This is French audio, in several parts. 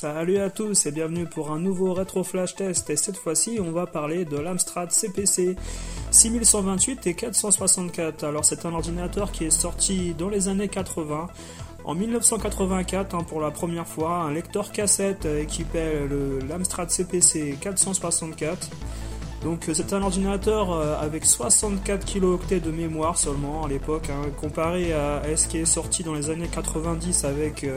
Salut à tous et bienvenue pour un nouveau Retro Flash Test, et cette fois-ci on va parler de l'Amstrad CPC 6128 et 464. Alors c'est un ordinateur qui est sorti dans les années 80. En 1984, pour la première fois, un lecteur cassette équipait l'Amstrad CPC 464. Donc c'est un ordinateur avec 64 kilooctets de mémoire seulement à l'époque, comparé à ce qui est sorti dans les années 90 avec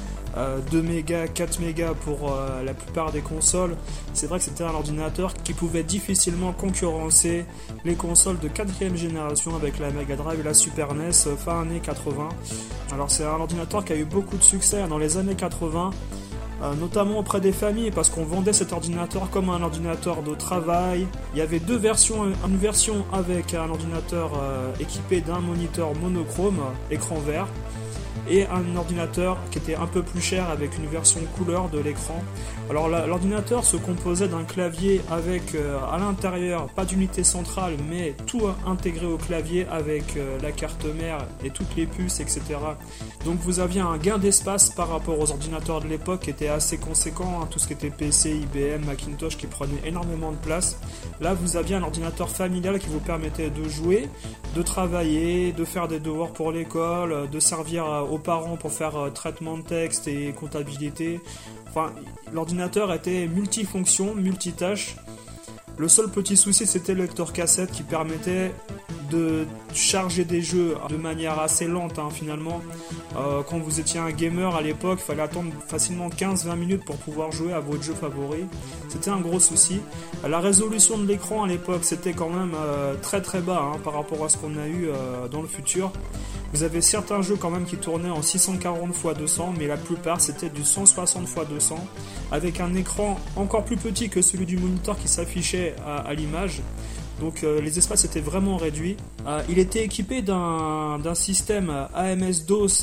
2 mégas, 4 mégas pour la plupart des consoles. C'est vrai que c'était un ordinateur qui pouvait difficilement concurrencer les consoles de 4ème génération avec la Mega Drive et la Super NES fin années 80. Alors c'est un ordinateur qui a eu beaucoup de succès dans les années 80. Notamment auprès des familles, parce qu'on vendait cet ordinateur comme un ordinateur de travail. Il y avait deux versions, une version avec un ordinateur équipé d'un moniteur monochrome, écran vert, et un ordinateur qui était un peu plus cher avec une version couleur de l'écran. Alors l'ordinateur se composait d'un clavier avec à l'intérieur pas d'unité centrale mais tout intégré au clavier avec la carte mère et toutes les puces, etc. Donc vous aviez un gain d'espace par rapport aux ordinateurs de l'époque qui était assez conséquent, tout ce qui était PC, IBM, Macintosh qui prenait énormément de place. Là vous aviez un ordinateur familial qui vous permettait de jouer, de travailler, de faire des devoirs pour l'école, de servir aux parents pour faire traitement de texte et comptabilité. Enfin, l'ordinateur était multifonction, multitâche. Le seul petit souci, c'était le lecteur cassette qui permettait de charger des jeux de manière assez lente finalement. Quand vous étiez un gamer à l'époque, il fallait attendre facilement 15-20 minutes pour pouvoir jouer à votre jeu favori. C'était un gros souci. La résolution de l'écran à l'époque, c'était quand même très très bas par rapport à ce qu'on a eu dans le futur. Vous avez certains jeux quand même qui tournaient en 640 x 200, mais la plupart c'était du 160 x 200, avec un écran encore plus petit que celui du moniteur qui s'affichait à l'image. Donc les espaces étaient vraiment réduits. Il était équipé d'un système AMS-DOS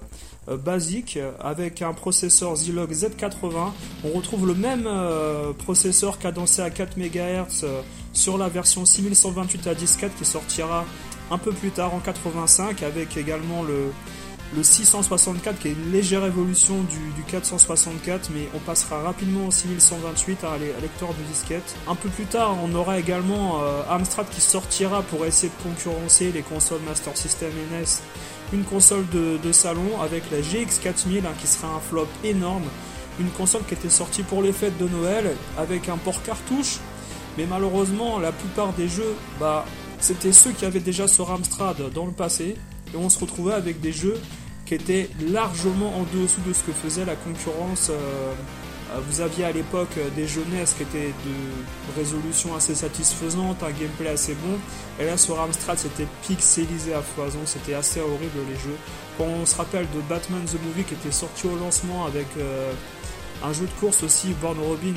basique avec un processeur Zilog Z80. On retrouve le même processeur cadencé à 4 MHz sur la version 6128 à disquette qui sortira un peu plus tard en 85, avec également le 664 qui est une légère évolution du 464, mais on passera rapidement au 6128 à lecteur de disquette. Un peu plus tard on aura également Amstrad qui sortira pour essayer de concurrencer les consoles Master System et NES, une console de salon avec la GX4000 qui sera un flop énorme, une console qui était sortie pour les fêtes de Noël avec un port cartouche, mais malheureusement la plupart des jeux c'était ceux qui avaient déjà sur Amstrad dans le passé, et on se retrouvait avec des jeux qui étaient largement en dessous de ce que faisait la concurrence. Vous aviez à l'époque des jeux NES qui étaient de résolution assez satisfaisante, un gameplay assez bon, et là sur Amstrad c'était pixelisé à foison, c'était assez horrible les jeux. Quand on se rappelle de Batman the Movie qui était sorti au lancement avec un jeu de course aussi, Born Robin,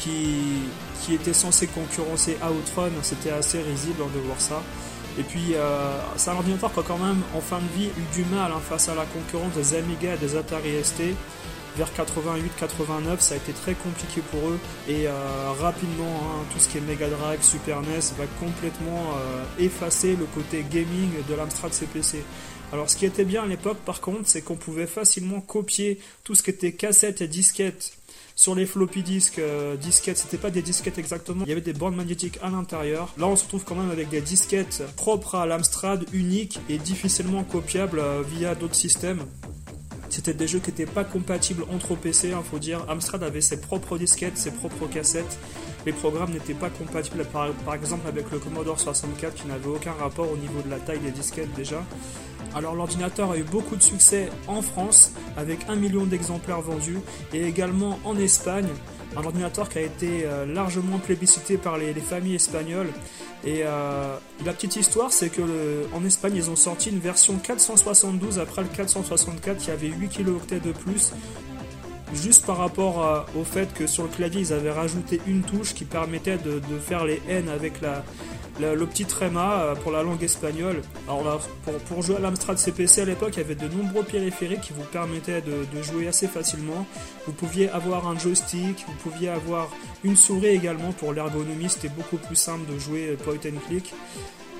qui était censé concurrencer Outrun, c'était assez risible de voir ça. Et puis c'est un ordinateur qui a quand même en fin de vie eu du mal face à la concurrence des Amiga et des Atari ST. Vers 88-89, ça a été très compliqué pour eux, et rapidement tout ce qui est Mega Drive, Super NES va complètement effacer le côté gaming de l'Amstrad CPC. Alors ce qui était bien à l'époque par contre, c'est qu'on pouvait facilement copier tout ce qui était cassette et disquette sur les floppy disques. Disquettes, c'était pas des disquettes exactement, il y avait des bandes magnétiques à l'intérieur. Là on se retrouve quand même avec des disquettes propres à l'Amstrad, uniques et difficilement copiables via d'autres systèmes. C'était des jeux qui n'étaient pas compatibles entre PC, faut dire. Amstrad avait ses propres disquettes, ses propres cassettes. Les programmes n'étaient pas compatibles par exemple avec le Commodore 64 qui n'avait aucun rapport au niveau de la taille des disquettes déjà. Alors l'ordinateur a eu beaucoup de succès en France avec 1 million d'exemplaires vendus, et également en Espagne. Un ordinateur qui a été largement plébiscité par les familles espagnoles. Et la petite histoire, c'est que en Espagne, ils ont sorti une version 472 après le 464 qui avait 8 kilooctets de plus, juste par rapport au fait que sur le clavier, ils avaient rajouté une touche qui permettait de faire les N avec le petit tréma pour la langue espagnole. Alors là, pour jouer à l'Amstrad CPC à l'époque, il y avait de nombreux périphériques qui vous permettaient de jouer assez facilement. Vous pouviez avoir un joystick, vous pouviez avoir une souris également pour l'ergonomie, c'était beaucoup plus simple de jouer point and click.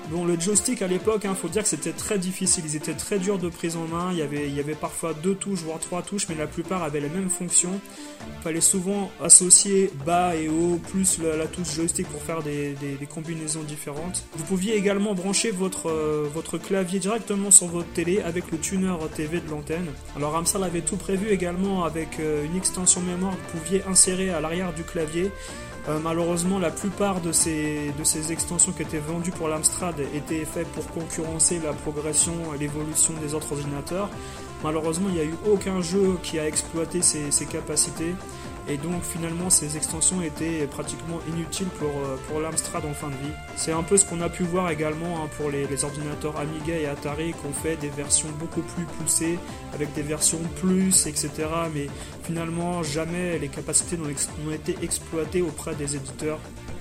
Bon, le joystick à l'époque, faut dire que c'était très difficile, ils étaient très durs de prise en main, il y avait parfois 2 touches, voire 3 touches, mais la plupart avaient les mêmes fonctions. Il fallait souvent associer bas et haut, plus la touche joystick pour faire des combinaisons différentes. Vous pouviez également brancher votre clavier directement sur votre télé avec le tuner TV de l'antenne. Alors Amstrad avait tout prévu également avec une extension mémoire que vous pouviez insérer à l'arrière du clavier. Malheureusement, la plupart de ces extensions qui étaient vendues pour l'Amstrad étaient faites pour concurrencer la progression et l'évolution des autres ordinateurs. Malheureusement, il n'y a eu aucun jeu qui a exploité ces capacités. Et donc finalement ces extensions étaient pratiquement inutiles pour l'Amstrad en fin de vie. C'est un peu ce qu'on a pu voir également pour les ordinateurs Amiga et Atari qui ont fait des versions beaucoup plus poussées, avec des versions plus, etc. Mais finalement jamais les capacités n'ont été exploitées auprès des éditeurs.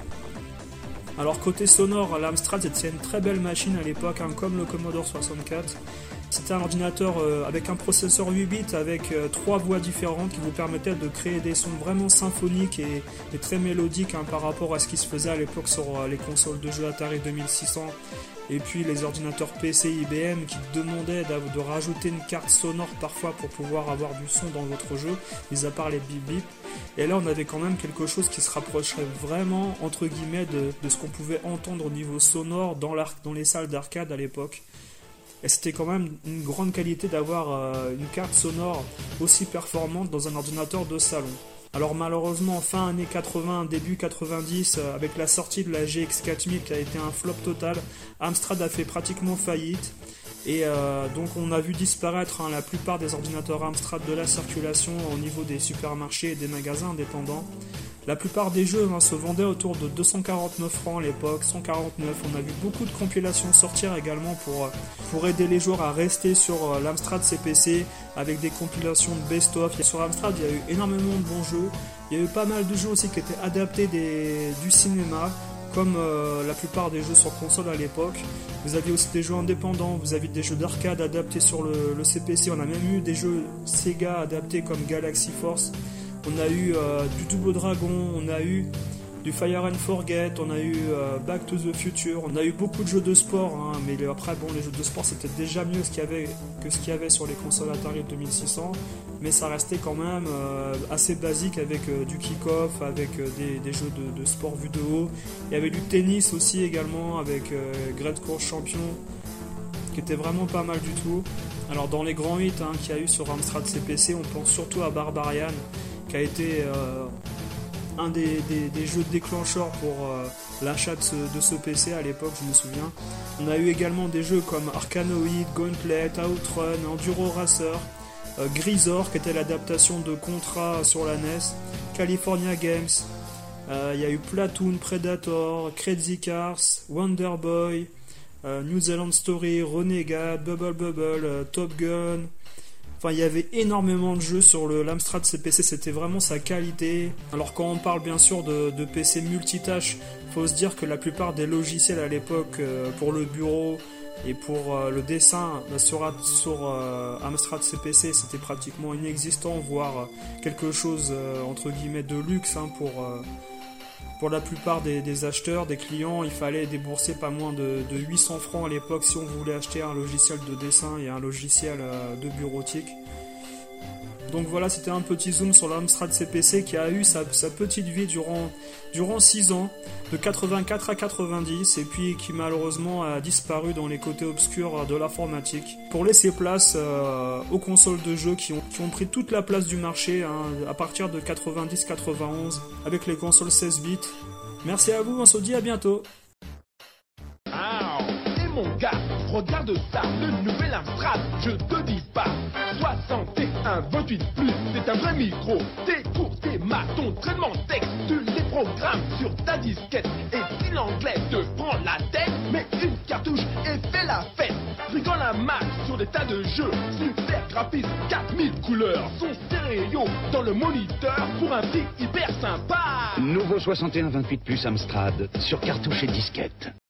Alors côté sonore, l'Amstrad c'était une très belle machine à l'époque, comme le Commodore 64. C'était un ordinateur avec un processeur 8 bits avec 3 voix différentes qui vous permettaient de créer des sons vraiment symphoniques et très mélodiques par rapport à ce qui se faisait à l'époque sur les consoles de jeux Atari 2600 et puis les ordinateurs PC IBM qui demandaient de rajouter une carte sonore parfois pour pouvoir avoir du son dans votre jeu, mis à part les bip bip. Et là on avait quand même quelque chose qui se rapprocherait vraiment entre guillemets de ce qu'on pouvait entendre au niveau sonore dans les salles d'arcade à l'époque. Et c'était quand même une grande qualité d'avoir une carte sonore aussi performante dans un ordinateur de salon. Alors malheureusement, fin années 80, début 90, avec la sortie de la GX 4000 qui a été un flop total, Amstrad a fait pratiquement faillite. Et donc on a vu disparaître la plupart des ordinateurs Amstrad de la circulation au niveau des supermarchés et des magasins indépendants. La plupart des jeux se vendaient autour de 249 francs à l'époque, 149. On a vu beaucoup de compilations sortir également pour aider les joueurs à rester sur l'Amstrad CPC avec des compilations de best-of. Sur Amstrad, il y a eu énormément de bons jeux. Il y a eu pas mal de jeux aussi qui étaient adaptés du cinéma, comme la plupart des jeux sur console à l'époque. Vous aviez aussi des jeux indépendants, vous aviez des jeux d'arcade adaptés sur le CPC. On a même eu des jeux Sega adaptés comme Galaxy Force. On a eu du Double Dragon, on a eu du Fire and Forget, on a eu Back to the Future, on a eu beaucoup de jeux de sport, mais après les jeux de sport c'était déjà mieux que ce qu'il y avait sur les consoles Atari 2600, mais ça restait quand même assez basique avec du kick-off, avec des jeux de sport vu de haut. Il y avait du tennis aussi également avec Great Course Champion, qui était vraiment pas mal du tout. Alors dans les grands hits qu'il y a eu sur Amstrad CPC, on pense surtout à Barbarian, qui a été un des jeux déclencheurs pour l'achat de ce PC à l'époque, je me souviens. On a eu également des jeux comme Arkanoid, Gauntlet, Outrun, Enduro Racer, Grisor, qui était l'adaptation de Contra sur la NES, California Games. Il y a eu Platoon, Predator, Crazy Cars, Wonder Boy, New Zealand Story, Renegade, Bubble, Top Gun. Enfin, il y avait énormément de jeux sur l'Amstrad CPC, c'était vraiment sa qualité. Alors quand on parle bien sûr de PC multitâche, il faut se dire que la plupart des logiciels à l'époque pour le bureau et pour le dessin sur Amstrad CPC, c'était pratiquement inexistant, voire quelque chose entre guillemets de luxe pour la plupart des acheteurs, des clients. Il fallait débourser pas moins de 800 francs à l'époque si on voulait acheter un logiciel de dessin et un logiciel de bureautique. Donc voilà, c'était un petit zoom sur l'Amstrad CPC qui a eu sa petite vie durant 6 ans, de 84 à 90, et puis qui malheureusement a disparu dans les côtés obscurs de l'informatique, pour laisser place aux consoles de jeux qui ont pris toute la place du marché à partir de 90-91, avec les consoles 16 bits. Merci à vous, on se dit à bientôt. Et mon gars, regarde ça, le nouvel Amstrad, je te dis pas. 61 28 plus, c'est un vrai micro. Tes cours, tes maths, ton traitement de texte, tu les programmes sur ta disquette. Et si l'anglais te prend la tête, mets une cartouche et fais la fête. Rigole un max sur des tas de jeux, super graphisme, 4000 couleurs, son stéréo dans le moniteur pour un prix hyper sympa. Nouveau 61 28 plus Amstrad sur cartouche et disquette.